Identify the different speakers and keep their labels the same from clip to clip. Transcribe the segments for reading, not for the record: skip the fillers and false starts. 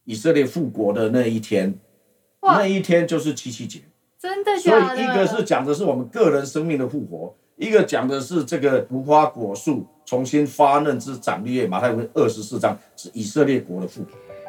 Speaker 1: 以色列复国的那一天，那一天就是七七节。
Speaker 2: 真的假的？
Speaker 1: 所以一个是讲的是我们个人生命的复活，一个讲的是这个无花果树重新发嫩之长绿叶。马太福音24章是以色列国的复活。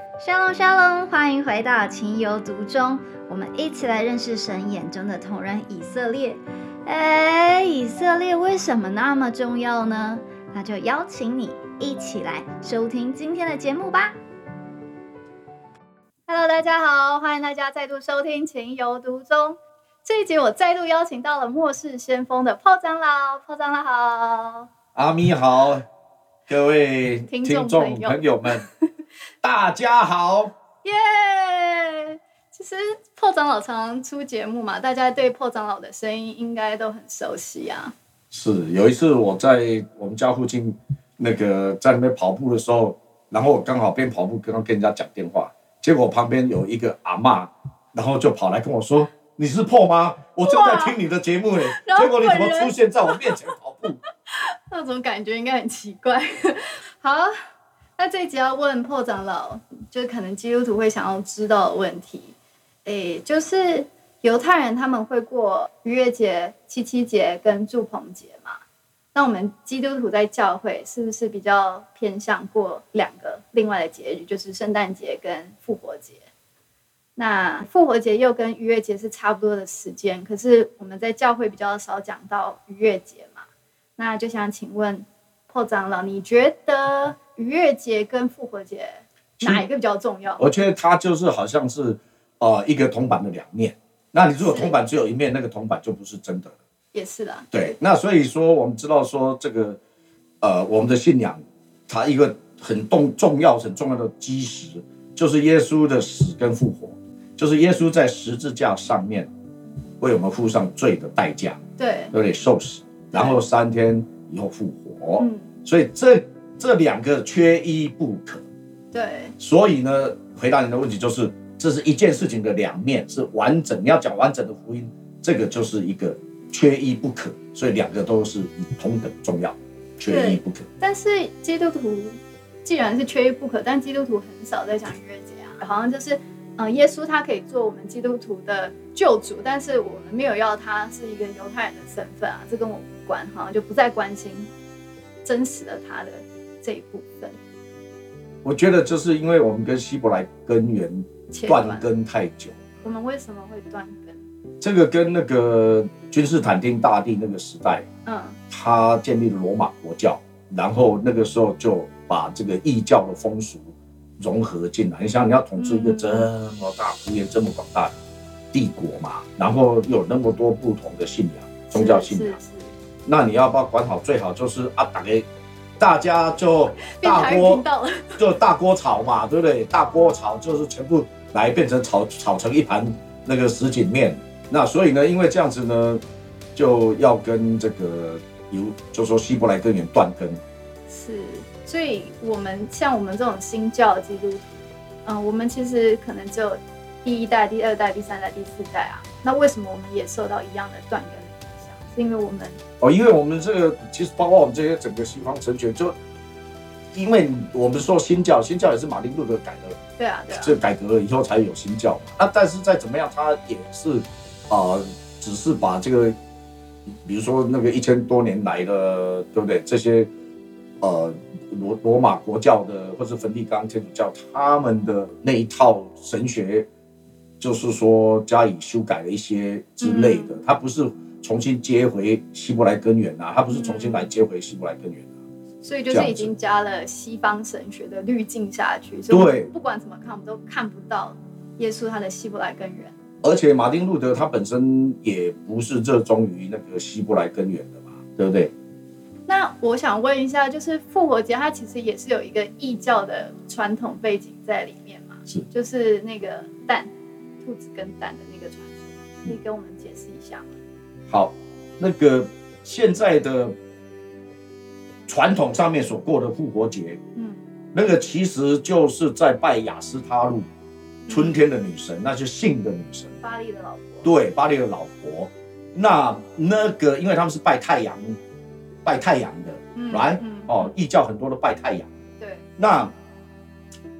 Speaker 2: Shalom，欢迎回到情有独钟，我们一起来认识神眼中的同人以色列。以色列为什么那么重要呢？那就邀请你一起来收听今天的节目吧。Hello， 大家好，欢迎大家再度收听情有独钟。这一集我再度邀请到了末世先锋的炮长老，炮长老好。
Speaker 1: 阿咪好，各位听众朋友们，大家好。
Speaker 2: 耶！其实炮长老常常出节目嘛，大家对炮长老的声音应该都很熟悉啊。
Speaker 1: 是，有一次我在我们家附近在那边跑步的时候，然后我刚好边跑步刚刚跟人家讲电话，结果旁边有一个阿嬷，然后就跑来跟我说：“你是炮吗？我正在听你的节目呢，结果你怎么出现在我面前跑步？”
Speaker 2: 那种感觉应该很奇怪。好，那这一集要问炮长老，就是可能基督徒会想要知道的问题，就是犹太人他们会过逾越节、七七节跟住棚节嘛？那我们基督徒在教会是不是比较偏向过两个另外的节日，就是圣诞节跟复活节？那复活节又跟逾越节是差不多的时间，可是我们在教会比较少讲到逾越节嘛？那就想请问炮长老，你觉得逾越节跟复活节哪一个比较重要？
Speaker 1: 我觉得它就是好像是一个铜板的两面。那你如果铜板只有一面，那个铜板就不是真的了。
Speaker 2: 也是啦。
Speaker 1: 对，那所以说我们知道说这个我们的信仰，它一个很重要的基石，就是耶稣的死跟复活，就是耶稣在十字架上面为我们付上罪的代价，
Speaker 2: 对
Speaker 1: 不对？受死，然后3天以后复活。所以这两个缺一不可。
Speaker 2: 对，
Speaker 1: 所以呢，回答你的问题就是，这是一件事情的两面，是完整。你要讲完整的福音，这个就是一个缺一不可，所以两个都是同等重要，缺一不可。
Speaker 2: 但是基督徒既然是缺一不可，但基督徒很少在讲逾越节啊，好像就是耶稣他可以做我们基督徒的救主，但是我们没有要他是一个犹太人的身份啊，这跟我无关，好像就不再关心真实的他的这一部分。
Speaker 1: 我觉得就是因为我们跟希伯来根源断根太久。
Speaker 2: 我们为什么会断根？
Speaker 1: 这个跟那个君士坦丁大帝那个时代，他建立了罗马国教，然后那个时候就把这个异教的风俗融合进来。你想，你要统治一个这么大、幅员这么广大的帝国嘛，然后又有那么多不同的信仰、宗教信仰，那你要把它管好，最好就是大家就大锅炒嘛，对不对？大锅炒就是全部来变成炒成一盘那个什锦面。那所以呢，因为这样子呢，就要跟这个就说希伯来根源断根。
Speaker 2: 是，所以像我们这种新教的基督徒，我们其实可能只有第一代、第二代、第三代、第四代啊。那为什么我们也受到一样的断根的影响？是因为我们
Speaker 1: 因为我们这个其实包括我们这些整个西方神学，就因为我们说新教也是马丁路德改的，
Speaker 2: 对啊，
Speaker 1: 这改革了以后才有新教嘛。那但是再怎么样，它也是只是把这个，比如说那个1000多年来的，对不对？这些罗马国教的或是梵蒂冈天主教他们的那一套神学，就是说加以修改了一些之类的，它不是重新接回希伯来根源啊，它不是重新来接回希伯来根源啊。
Speaker 2: 所以就是已经加了西方神学的滤镜下去，所以不管怎么看，我们都看不到耶稣他的希伯来根源。
Speaker 1: 而且马丁路德他本身也不是热衷于那个希伯来根源的嘛，对不对？
Speaker 2: 那我想问一下，就是复活节它其实也是有一个异教的传统背景在里面嘛？
Speaker 1: 是，
Speaker 2: 就是那个兔子跟蛋的那个传说，可以跟我们解释一下吗？
Speaker 1: 好，那个现在的传统上面所过的复活节，那个其实就是在拜亚斯他路，春天的女神，那就是性的女神，
Speaker 2: 巴力的老婆。对，
Speaker 1: 巴力的老婆。那个，因为他们是拜太阳的，right？异教很多都拜太阳。
Speaker 2: 对。
Speaker 1: 那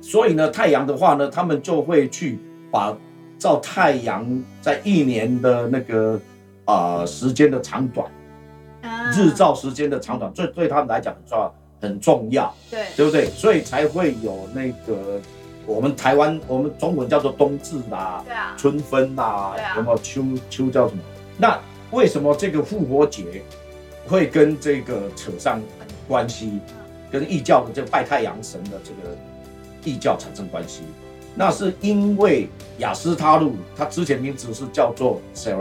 Speaker 1: 所以呢，太阳的话呢，他们就会去把照太阳在一年的那个时间的长短，日照时间的长短，对他们来讲很重要，对不对？所以才会有那个我们台湾我们中文叫做冬至啦，春分啦，有没有秋叫什么？那为什么这个复活节会跟这个扯上关系？跟异教的这个拜太阳神的这个异教产生关系？那是因为雅斯他路，他之前名字是叫做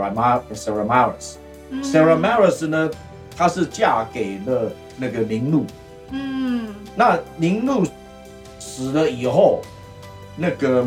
Speaker 1: Saramaris。Saramaris 呢，她是嫁给了那个宁禄。那宁禄死了以后，那个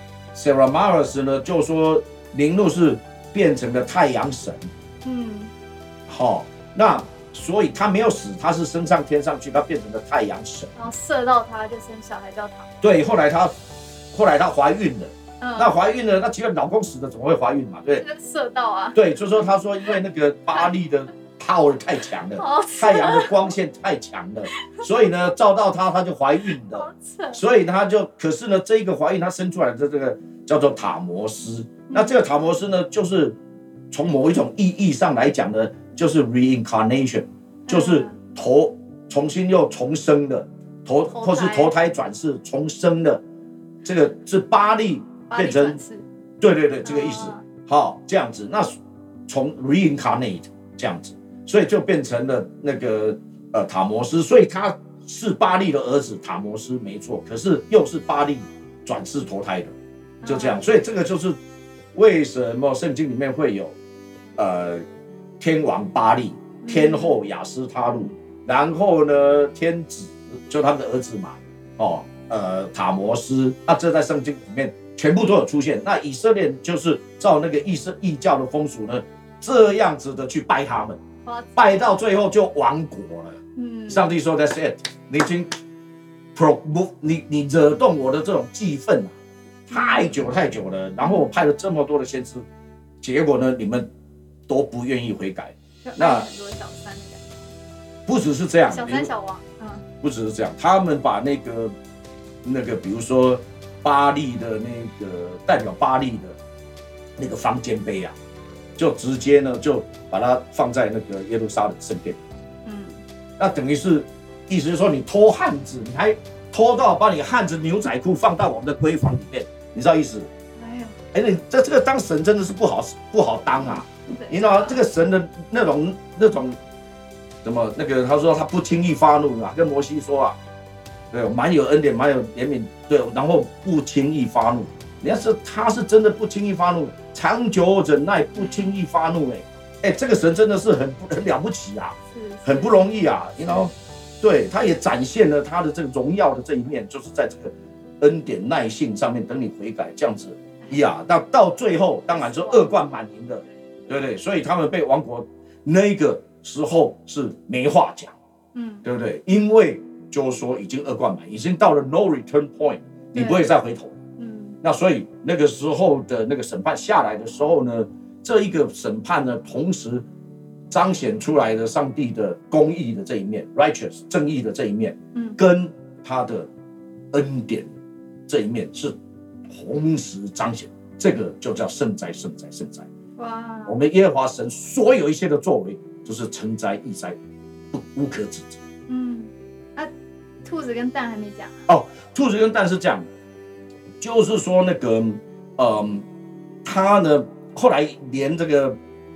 Speaker 1: Saramaris 呢就说宁禄是变成了太阳神。好，那所以他没有死，他是升上天上去，他变成了太阳神，
Speaker 2: 然后射到他就生小孩叫他。
Speaker 1: 对，后来她怀孕了。那怀孕了，那其实老公死了怎么会怀孕嘛？对，
Speaker 2: 射到啊。
Speaker 1: 对，就说他说因为那个巴力的 power 太强了，太阳的光线太强了，所以呢照到她就怀孕了。所以她就，可是呢这一个怀孕她生出来的这个叫做塔摩斯。那这个塔摩斯呢，就是从某一种意义上来讲呢，就是 reincarnation， 就是重新又重生的或是投胎转世重生的，这个是巴力变成，对这个意思。好，这样子，那从 reincarnate 这样子，所以就变成了那个塔摩斯，所以他是巴力的儿子塔摩斯没错，可是又是巴力转世投胎的，就这样。所以这个就是为什么圣经里面会有天王巴力、天后雅斯他路，然后呢天子就他们的儿子嘛，塔摩斯，那这在圣经里面全部都有出现。那以色列就是照那个异教的风俗呢，这样子的去拜他们，拜到最后就亡国了。上帝说 That's it， 你已经你惹动我的这种气愤太久了，然后我派了这么多的先知，结果呢你们都不愿意悔改。那
Speaker 2: 很多小三的感觉，
Speaker 1: 不只是这样，
Speaker 2: 小三小王，
Speaker 1: 不只是这样，他们把那个比如说巴力的那个代表巴力的那个方尖碑啊，就直接呢就把它放在那个耶路撒冷圣殿。那等于是意思是说你脱汉子，你还脱到把你汉子牛仔裤放到我们的闺房里面，你知道意思？你这个当神真的是不好当啊！你知道这个神的那种怎么那个他说他不轻易发怒啊，跟摩西说啊，对，蛮有恩典，蛮有怜悯，对，然后不轻易发怒。他是真的不轻易发怒，长久忍耐，不轻易发怒。这个神真的是很了不起啊，很不容易啊，你知道？对，他也展现了他的这个荣耀的这一面，就是在这个恩典耐性上面等你悔改这样子呀。那到最后当然是恶贯满盈的，对不对？所以他们被亡国那个时候是没话讲，对不对？因为就是说已经恶贯满盈，已经到了 no return point， 你不会再回头。那所以那个时候的那个审判下来的时候呢，这一个审判呢，同时彰显出来的上帝的公义的这一面 ，righteous 正义的这一面，跟他的恩典这一面是同时彰显，这个就叫圣哉，圣哉，圣哉。哇！我们耶和华神所有一切的作为，就是成哉异哉，无可指责。
Speaker 2: 兔子跟蛋还没讲啊。
Speaker 1: 兔子跟蛋是这样，就是说那个，他呢后来连这个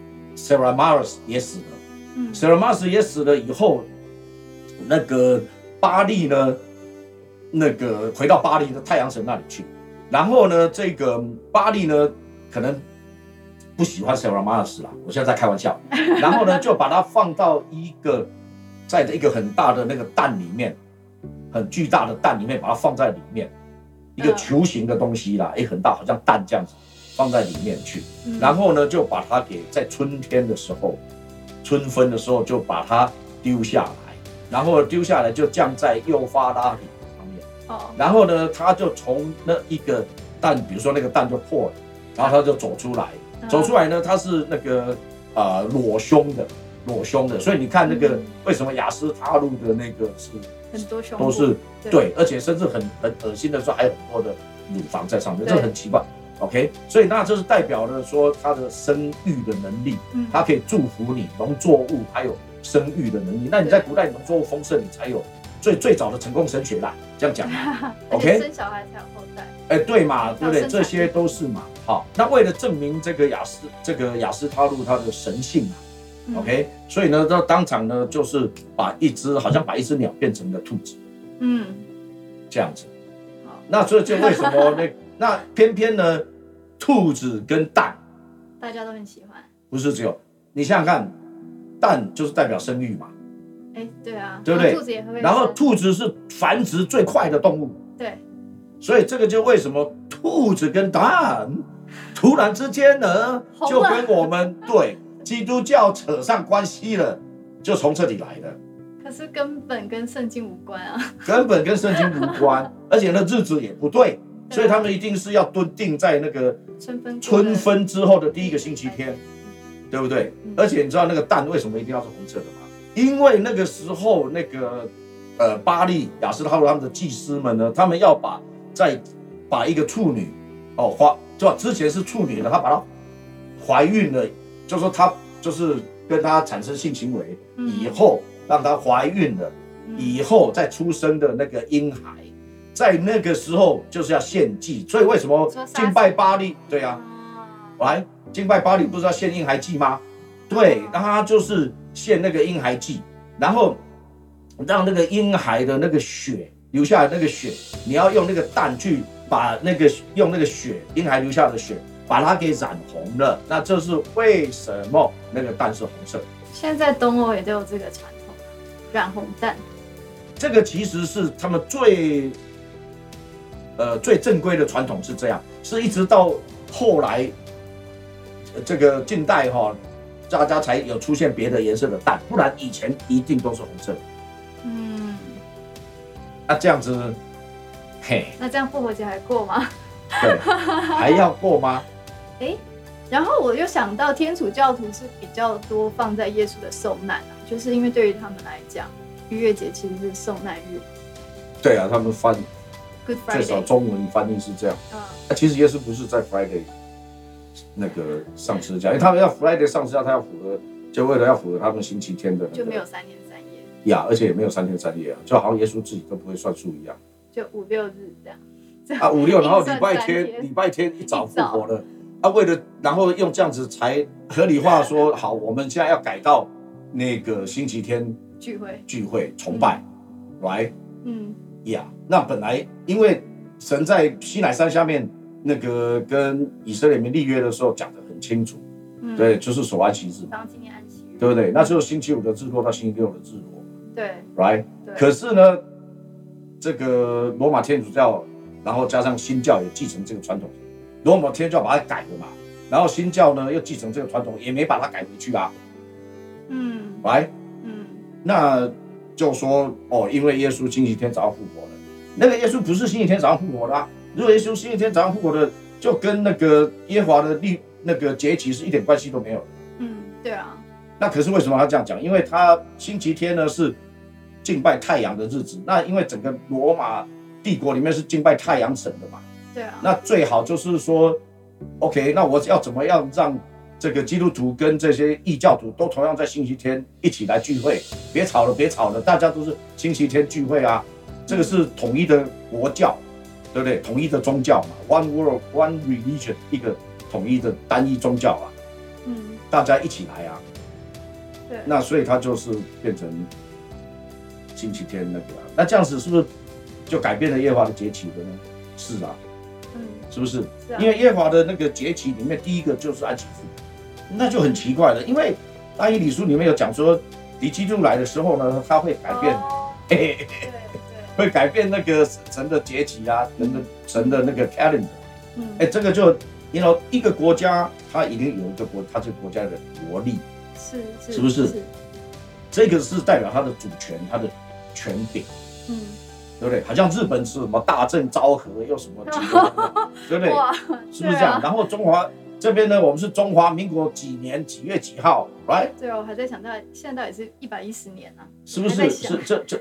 Speaker 1: Saramaris 也死了，Saramaris 也死了以后，那个巴力呢，那个回到巴力的太阳神那里去，然后呢，这个巴力呢可能不喜欢 Saramaris 啦，我现在在开玩笑，然后呢就把它放到在一个很大的那个蛋里面，很巨大的蛋里面，把它放在里面，一个球形的东西啦，很大，好像蛋这样子放在里面去，然后呢就把它给在春天的时候，春分的时候就把它丢下来，然后丢下来就降在幼发拉底上面，然后呢他就从那一个蛋，比如说那个蛋就破了，然后他就走出来呢，他是那个裸胸的，所以你看那个为什么雅斯他路的那个是
Speaker 2: 很多胸部
Speaker 1: 都是对，而且甚至很恶心的时候还有很多的乳房在上面，这很奇怪。OK， 所以那这是代表了说他的生育的能力，他可以祝福你农作物还有生育的能力。那你在古代农作物丰盛，你才有最早的成功神学啦，这样讲嘛？OK，
Speaker 2: 生小孩才有后代。
Speaker 1: 对嘛，对不对？这些都是嘛。好，那为了证明这个亚斯他路他的神性嘛，OK， 所以呢，他当场呢就是好像把一只鸟变成了兔子，这样子。那所以就为什么那偏偏呢，兔子跟蛋，
Speaker 2: 大家都很喜欢。
Speaker 1: 不是只有你想想看，蛋就是代表生育嘛，
Speaker 2: 对啊，
Speaker 1: 对不对？
Speaker 2: 兔子也会。
Speaker 1: 然后兔子是繁殖最快的动物，
Speaker 2: 对。
Speaker 1: 所以这个就为什么兔子跟蛋突然之间呢，就跟我们对基督教扯上关系了，就从这里来的。
Speaker 2: 可是根本跟圣经无关啊，
Speaker 1: 根本跟圣经无关，而且那日子也不对，所以他们一定是要蹲定在那个春分之后的第一个星期天，对不对？而且你知道那个蛋为什么一定要是红色的吗？因为那个时候那个巴力、亚斯他路他们的祭司们呢，他们要把一个处女就之前是处女的，他把她怀孕了，就说他就是跟她产生性行为以后。让她怀孕了以后再出生的那个婴孩，在那个时候就是要献祭，所以为什么敬拜巴力？对啊，来敬拜巴力不是要献婴孩祭吗？对，让他就是献那个婴孩祭，然后让那个婴孩的那个血留下来，那个血你要用那个蛋去把用那个血婴孩留下的血把它给染红了，那这是为什么那个蛋是红色？
Speaker 2: 现在东欧也都有这个传统。染红蛋，
Speaker 1: 这个其实是他们最正规的传统是这样，是一直到后来这个近代大家才有出现别的颜色的蛋，不然以前一定都是红色的。那这样子，
Speaker 2: 那这样复活节还过吗？
Speaker 1: 对，还要过吗？
Speaker 2: 然后我又想到天主教徒是比较多放在耶稣的受难就是因为对于他们来讲，逾越节其实是受难日。
Speaker 1: 对啊，他们翻
Speaker 2: Good Friday，
Speaker 1: 最少中文翻译是这样。其实耶稣不是在 Friday 那个上十字架，因为他们要 Friday 上十字架，他要就为了要符合他们星期天的
Speaker 2: 就没有3天3夜
Speaker 1: 呀，而且也没有3天3夜就好像耶稣自己都不会算数一样，
Speaker 2: 就5、6日这样。
Speaker 1: 5、6，然后礼拜天一早复活了。为了然后用这样子才合理化说好，我们现在要改到那个星期天聚会崇拜，right？那本来因为神在西乃山下面那个跟以色列人立约的时候讲得很清楚，对，就是守安息日，
Speaker 2: 当纪念安息日，
Speaker 1: 对不对？那就是星期5的日落到星期6的日落，
Speaker 2: 对
Speaker 1: ，right？ 可是呢，这个罗马天主教，然后加上新教也继承这个传统。罗马天主教把它改了嘛，然后新教呢又继承这个传统，也没把它改回去啊。那就说因为耶稣星期天早上复活了，那个耶稣不是星期天早上复活的如果耶稣星期天早上复活的，就跟那个耶和华的那个节期是一点关系都没有的。
Speaker 2: 对啊。
Speaker 1: 那可是为什么他这样讲？因为他星期天呢是敬拜太阳的日子，那因为整个罗马帝国里面是敬拜太阳神的嘛。
Speaker 2: 对啊，
Speaker 1: 那最好就是说 ，OK， 那我要怎么样让这个基督徒跟这些异教徒都同样在星期天一起来聚会？别吵了，大家都是星期天聚会啊！这个是统一的国教，对不对？统一的宗教嘛 ，One World, One Religion， 一个统一的单一宗教啊。大家一起来啊。对。那所以它就是变成星期天那个那这样子是不是就改变了耶和华的节期了呢？是啊。是不是？因为耶和华的那个节期里面，第一个就是安息日，那就很奇怪了。因为但以理书里面有讲说，敌基督来的时候呢，他会改变，会改变那个神的节期啊，神的那个 calendar。这个就一个国家，它一定有一个它这个国家的国力，是不是？这个是代表它的主权，它的权柄。对不对？好像日本是什么大正昭和又什么几个，对不对？是不是这样？然后中华这边呢，我们是中华民国几年几月几号 ，right？
Speaker 2: 对哦，我还在想到现在到底是110年啊？
Speaker 1: 是不是？是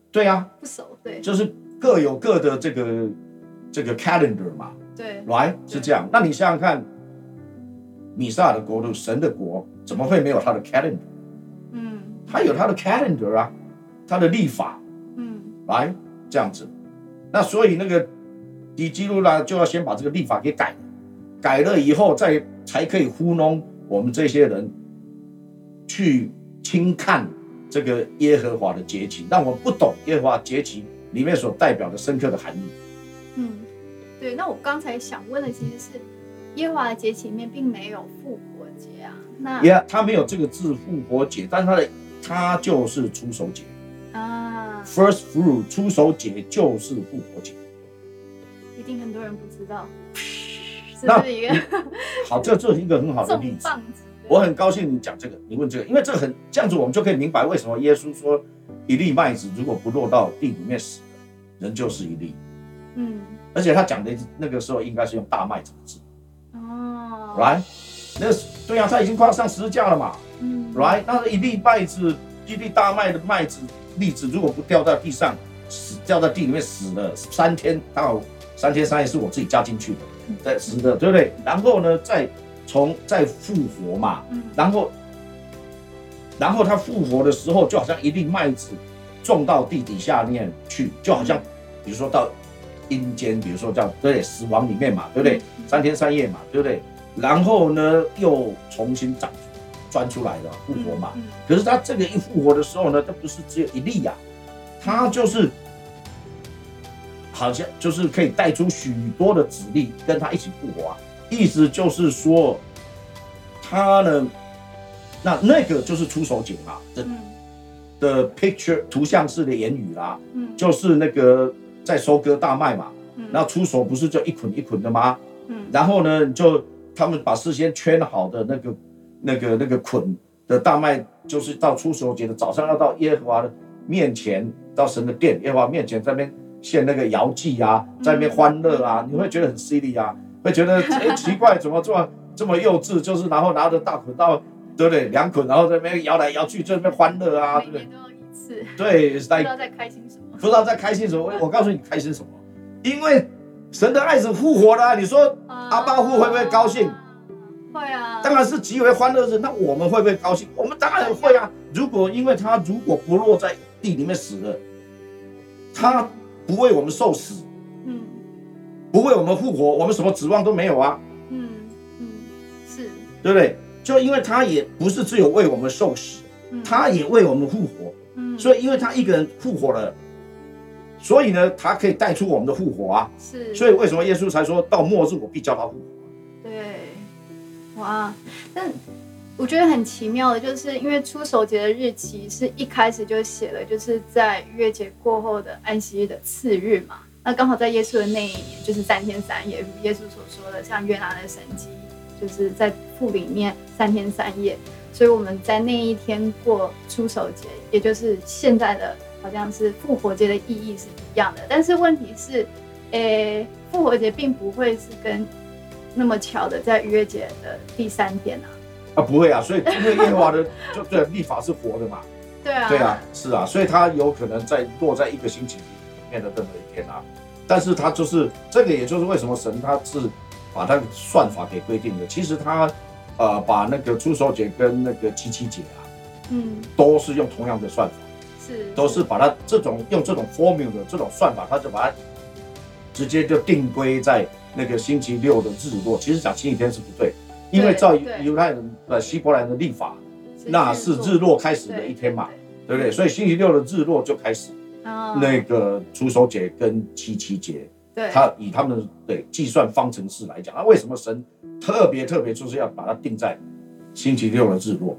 Speaker 1: 对啊，
Speaker 2: 不熟，对，
Speaker 1: 就是各有各的这个 calendar 嘛，
Speaker 2: 对，
Speaker 1: 来是这样。那你想想看，弥撒的国度，神的国，怎么会没有他的 calendar？他有他的 calendar 啊，他的历法，来这样子。那所以那个基督呢，就要先把这个历法给改了，改了以后才可以糊弄我们这些人去轻看这个耶和华的节期，让我们不懂耶和华节期里面所代表的深刻的含义。
Speaker 2: 对。那我刚才想问的其实是，耶和华的节期里面并没有复活节啊。那
Speaker 1: 他没有这个字复活节，但是他就是出手节啊 ，First Fruit 出手节就是复活节。
Speaker 2: 一定很多人不知道，是不是一个
Speaker 1: 好，这是一个很好的例子。我很高兴你讲这个，你问这个，因为这样子，我们就可以明白为什么耶稣说，一粒麦子如果不落到地里面死了，人就是一粒。而且他讲的那个时候应该是用大麦子的字。right， 对啊，他已经快要上十字架了嘛。right， 那一粒麦子，一粒大麦的麦子粒子，如果不掉在地上，掉在地里面死了3天到3天3夜，是我自己加进去的，死的，对不对？然后呢，再复活嘛，然后他复活的时候，就好像一粒麦子种到地底下面去，就好像比如说到阴间，比如说这样，对不对？死亡里面嘛，对不对？3天3夜嘛，对不对？然后呢，又重新钻出来了，复活嘛。可是他这个一复活的时候呢，它不是只有一粒呀，它就是好像就是可以带出许多的子粒跟他一起复活啊。意思就是说，他呢，那个就是出手节嘛的 picture 图像式的言语啦，就是那个在收割大麦嘛，然后出手不是就一捆一捆的吗？然后呢，他们把事先圈好的那个捆的大麦，就是到出手节的早上要到耶和华的面前，到神的殿，耶和华面前在那边献那个摇祭啊，在那边欢乐啊，你会觉得很犀利啊。会觉得奇怪，怎么这么幼稚？就是然后拿着大捆到，对不对？2捆，然后在那边摇来摇去，在那边欢乐啊，对不对？
Speaker 2: 每年都有一次。
Speaker 1: 对，
Speaker 2: 不知道在开心什么。
Speaker 1: 不知道在开心什么？我告诉你开心什么？因为神的爱子复活了，你说阿爸父会不会高兴？
Speaker 2: 会啊。
Speaker 1: 当然是极为欢乐日。那我们会不会高兴？我们当然会啊。因为他如果不落在地里面死了，他不为我们受死。不为我们复活，我们什么指望都没有啊。是，对不对？就因为他也不是只有为我们受死，他也为我们复活。所以因为他一个人复活了，所以呢，他可以带出我们的复活啊。是。所以为什么耶稣才说到末日我必叫他复活？
Speaker 2: 对，哇！但我觉得很奇妙的，就是因为出手节的日期是一开始就写了，就是在逾越节过后的安息日的次日嘛。那刚好在耶稣的那一年，就是3天3夜，如耶稣所说的，像约拿的神迹，就是在父里面3天3夜，所以我们在那一天过出手节，也就是现在的好像是复活节的意义是一样的。但是问题是，复活节并不会是跟那么巧的在逾越节的第3天啊。
Speaker 1: 不会啊，所以因为耶和华的就对律法是活的嘛。
Speaker 2: 对啊。
Speaker 1: 对啊，是啊，所以他有可能落在一个星期里面的任何一天啊。但是他就是这个，也就是为什么神他是把他的算法给规定的。其实他把那个出手节跟那个七节啊，都是用同样的算法，都是把它用这种 formula 的这种算法，他就把它直接就定规在那个星期六的日落。其实讲星期天是不对，因为照犹太人希伯来人的历法，那是日落开始的一天嘛，对不对？所以星期六的日落就开始。那个出手节跟七节，他以他们的计算方程式来讲，为什么神特别就是要把它定在星期六的日落？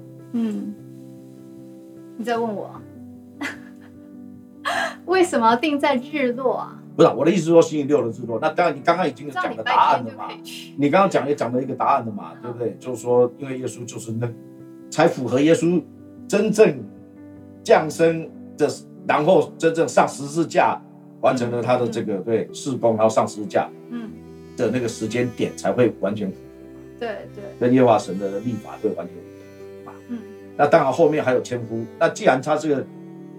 Speaker 2: 你在问我为什么要定在日落啊？
Speaker 1: 不是，我的意思是说星期六的日落。那当然，你刚刚已经讲了答案了嘛？你刚刚也讲了一个答案了嘛？对不对？就是说，因为耶稣就是才符合耶稣真正降生的。然后真正上十字架，完成了他的这个事工，然后上十字架的那个时间点才会完全符合。对，跟耶和华神的律法会完全符合嘛。那当然后面还有千夫。那既然他这个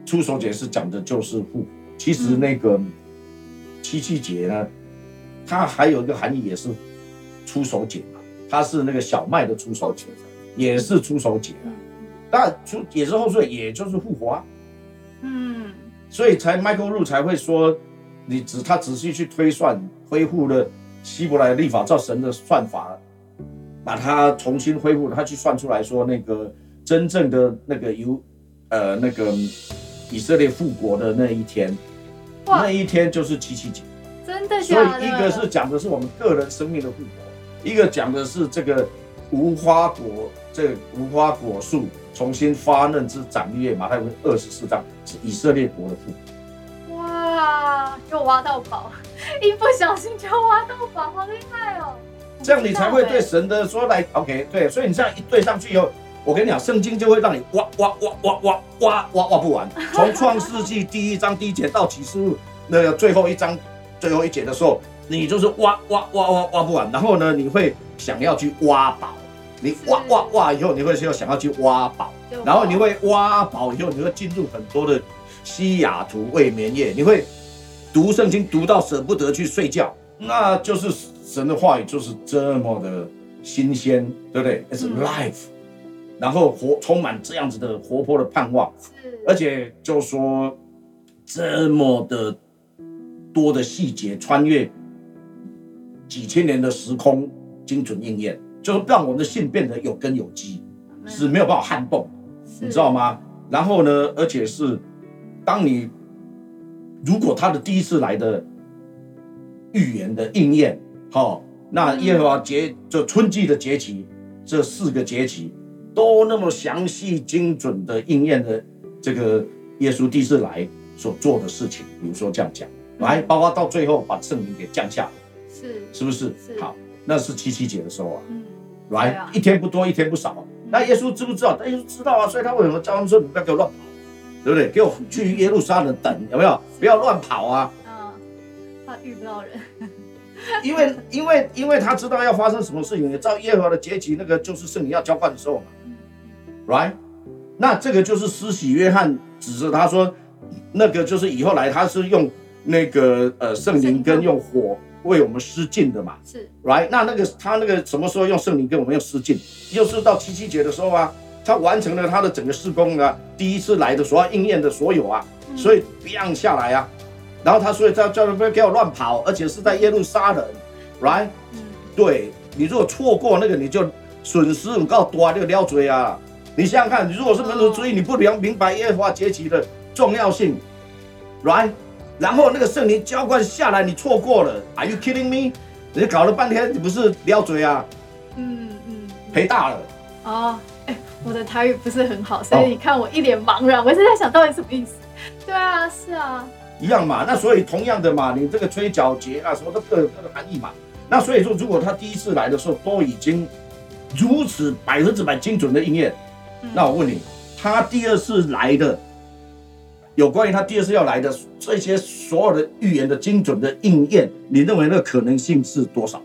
Speaker 1: 出手节是讲的就是复活。其实那个七夕节呢，它还有一个含义，也是出手节嘛，它是那个小麦的出手节，也是出手节啊。当然也是后岁，也就是复活啊。所以Michael Rood 才会说，他仔细去推算，恢复了希伯来的历法，照神的算法，把它重新恢复，他去算出来说，那个真正的那个那个以色列复国的那一天，那一天就是七夕节。
Speaker 2: 真的假的？
Speaker 1: 所以一个是讲的是我们个人生命的复活，一个讲的是这个无花果树重新发嫩之长绿叶，马太福音24章是以色列国的复活。
Speaker 2: 哇，又挖到宝，一不小心就挖到宝，好厉害哦！
Speaker 1: 这样你才会对神的说来 OK 对，所以你这样一对上去以后，我跟你讲，圣经就会让你挖不完。从创世纪第1章第1节到启示录那个最后一章最后一节的时候，你就是挖不完。然后呢，你会想要去挖宝，你挖以后，你会想要去挖宝，然后你会挖宝以后，你会进入很多的西雅图未眠夜，你会读圣经读到舍不得去睡觉，那就是神的话语就是这么的新鲜，对不对 ？It's life。然后充满这样子的活泼的盼望，而且就说这么的多的细节，穿越几千年的时空，精准应验，就让我们的信变得有根有基，是没有办法撼动，你知道吗？然后呢，而且是当你如果他的第一次来的预言的应验，那耶和华就春季的节期，这4个节期。都那么详细精准的应验了这个耶稣第一次来所做的事情，比如说这样讲，来，包括到最后把圣灵给降下来，是不是？好，那是七夕节的时候啊，来，一天不多，一天不少。那耶稣知不知道？耶稣知道啊，所以他为什么叫他们说你不要给我乱跑，对不对？给我去耶路撒冷等，有没有？不要乱跑啊！
Speaker 2: 他遇不到人。
Speaker 1: 因为他知道要发生什么事情，也知道耶和华的节期，那个就是圣灵要浇灌的时候嘛。Right， 那这个就是施洗约翰指着他说，那个就是以后来他是用那个圣灵跟用火为我们施浸的嘛，
Speaker 2: 是
Speaker 1: Right， 那个他那个什么时候用圣灵跟我们用施浸，就是到七夕节的时候啊，他完成了他的整个事工啊，第一次来的所要应验的所有啊，所以不让下来啊，然后他所以叫不要给我乱跑，而且是在耶路撒冷 ，Right，对你如果错过那个，你就损失很高多，那个了罪啊。你想想看，如果是门徒之一，你不明白耶和华节期的重要性 ，right？ 然后那个圣灵浇灌下来，你错过了 ，Are you kidding me？ 你搞了半天，你不是撩嘴啊？赔大了。
Speaker 2: 我的台语不是很好，所以你看我一脸茫然，我是在想到底什么意思？对啊，是啊，
Speaker 1: 一样嘛。那所以同样的嘛，你这个吹角节啊，什么都各有各的含义嘛。那所以说，如果他第一次来的时候都已经如此100%精准的应验。那我问你，他第二次来的，有关于他第二次要来的这些所有的预言的精准的应验，你认为那个可能性是多少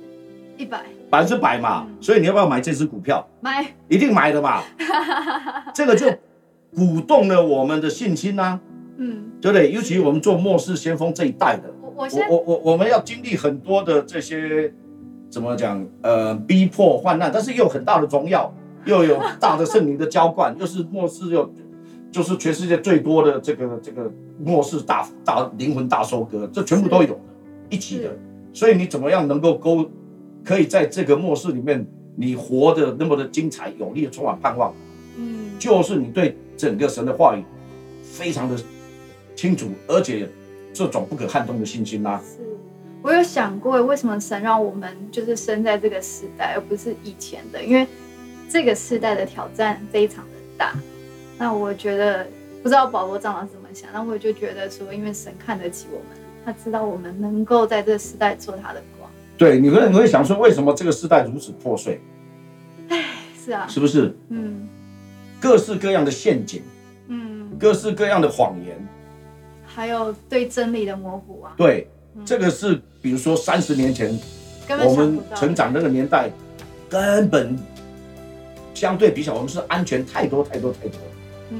Speaker 1: ？100%嘛。所以你要不要买这只股票？
Speaker 2: 买，
Speaker 1: 一定买的嘛。这个就鼓动了我们的信心啊，对不对？尤其我们做末世先锋这一代的，我们要经历很多的这些怎么讲？逼迫患难，但是又有很大的荣耀。又有大的圣灵的浇灌，又是末世，就是全世界最多的这个末世大灵魂大收割，这全部都有一起的。所以你怎么样能够可以在这个末世里面，你活得那么的精彩有力的充满盼望，就是你对整个神的话语非常的清楚，而且这种不可撼动的信心啊。
Speaker 2: 是，我有想过为什么神让我们就是生在这个时代，而不是以前的，因为这个世代的挑战非常的大。那我觉得不知道保罗长老怎么想，那我就觉得说，因为神看得起我们，他知道我们能够在这个时代做他的光。
Speaker 1: 对，你会想说，为什么这个时代如此破碎？
Speaker 2: 是啊，
Speaker 1: 是不是？各式各样的陷阱，各式各样的谎言，
Speaker 2: 还有对真理的模糊啊。
Speaker 1: 对，这个是比如说30年前我们成长那个年代，根本相对比较，我们是安全太多。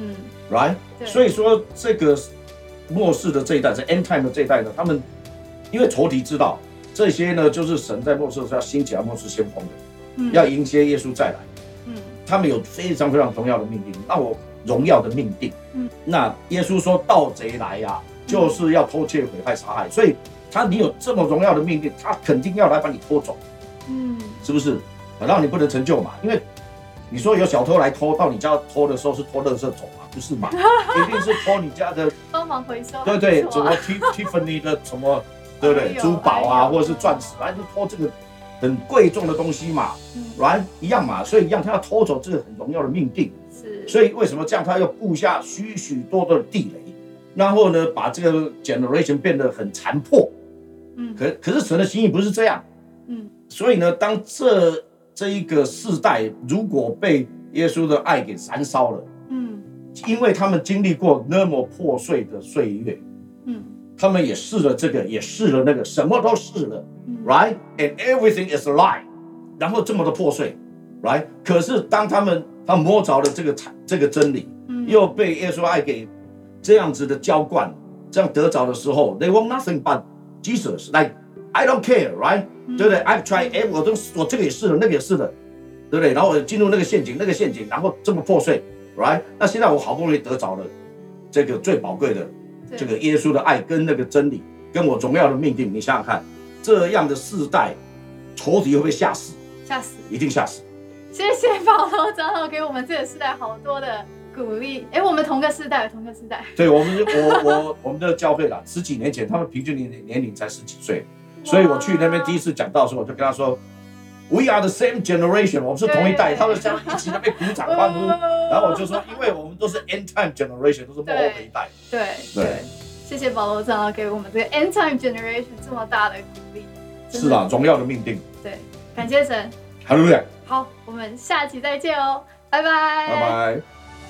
Speaker 1: ，right？ 所以说这个末世的这一代，这 end time 的这一代呢，他们因为仇敌知道这些呢，就是神在末世的时候要兴起末世先锋的，要迎接耶稣再来。他们有非常非常重要的命令，那我荣耀的命定。那耶稣说盗贼来呀，就是要偷窃、毁坏、杀害，所以你有这么荣耀的命令，他肯定要来把你拖走。是不是？让你不能成就嘛？因为你说有小偷来偷，到你家偷的时候是拖垃圾走嘛？不是嘛？一定是偷你家的
Speaker 2: 帮忙回收。
Speaker 1: 对对，什么 Tiffany 的什么，对不对？珠宝啊，或者是钻石，就偷这个很贵重的东西嘛，一样嘛，所以一样，他要偷走这个很荣耀的命定。是，所以为什么这样？他要布下许多的地雷，然后呢，把这个 generation 变得很残破。可是神的心意不是这样。所以呢，当这一个世代如果被耶稣的爱给燃烧了，因为他们经历过那么破碎的岁月，他们也试了这个，也试了那个，什么都试了，right? And everything is a lie. 然后这么的破碎 ，right? 可是当他摸着了这个真理，又被耶稣爱给这样子的浇灌，这样得着的时候 ，they want nothing but Jesus. Like I don't care, right? 对不对 ？I've tried, 我这个也试了，那个也试了，对不对？然后我进入那个陷阱，然后这么破碎 ，right? 那现在我好不容易得着了这个最宝贵的。这个耶稣的爱跟那个真理，跟我荣耀的命定，你想想看，这样的世代，仇敌会不会吓死？
Speaker 2: 吓死，
Speaker 1: 一定吓死。
Speaker 2: 谢谢保罗长老给我们这个世代好多的鼓励。我们同个世代。
Speaker 1: 对，我们的教会啦，10几年前，他们平均年龄才10几岁，所以我去那边第一次讲道的时候，我就跟他说 ，We are the same generation， 我们是同一代，他们就一起在那边鼓掌欢呼。然后我就说，因为我们都是 end time generation， 都是末后的一代。对，
Speaker 2: 谢谢保罗长老给我们这个 end time generation 这么大的鼓励。
Speaker 1: 是啊，荣耀的命定。
Speaker 2: 对，感谢神。
Speaker 1: 哈利路亚。
Speaker 2: 好，我们下期再见哦，拜拜。
Speaker 1: 拜拜。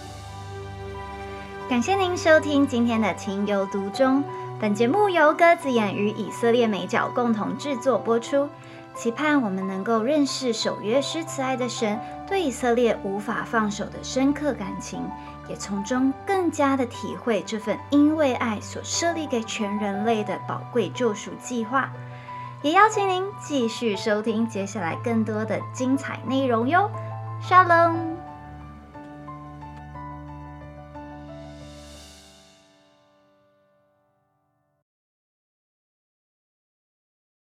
Speaker 3: 感谢您收听今天的情有独钟。本节目由鸽子眼与以色列美角共同制作播出。期盼我们能够认识守约施慈爱的神对以色列无法放手的深刻感情，也从中更加的体会这份因为爱所设立给全人类的宝贵救赎计划。也邀请您继续收听接下来更多的精彩内容哟。Shalom。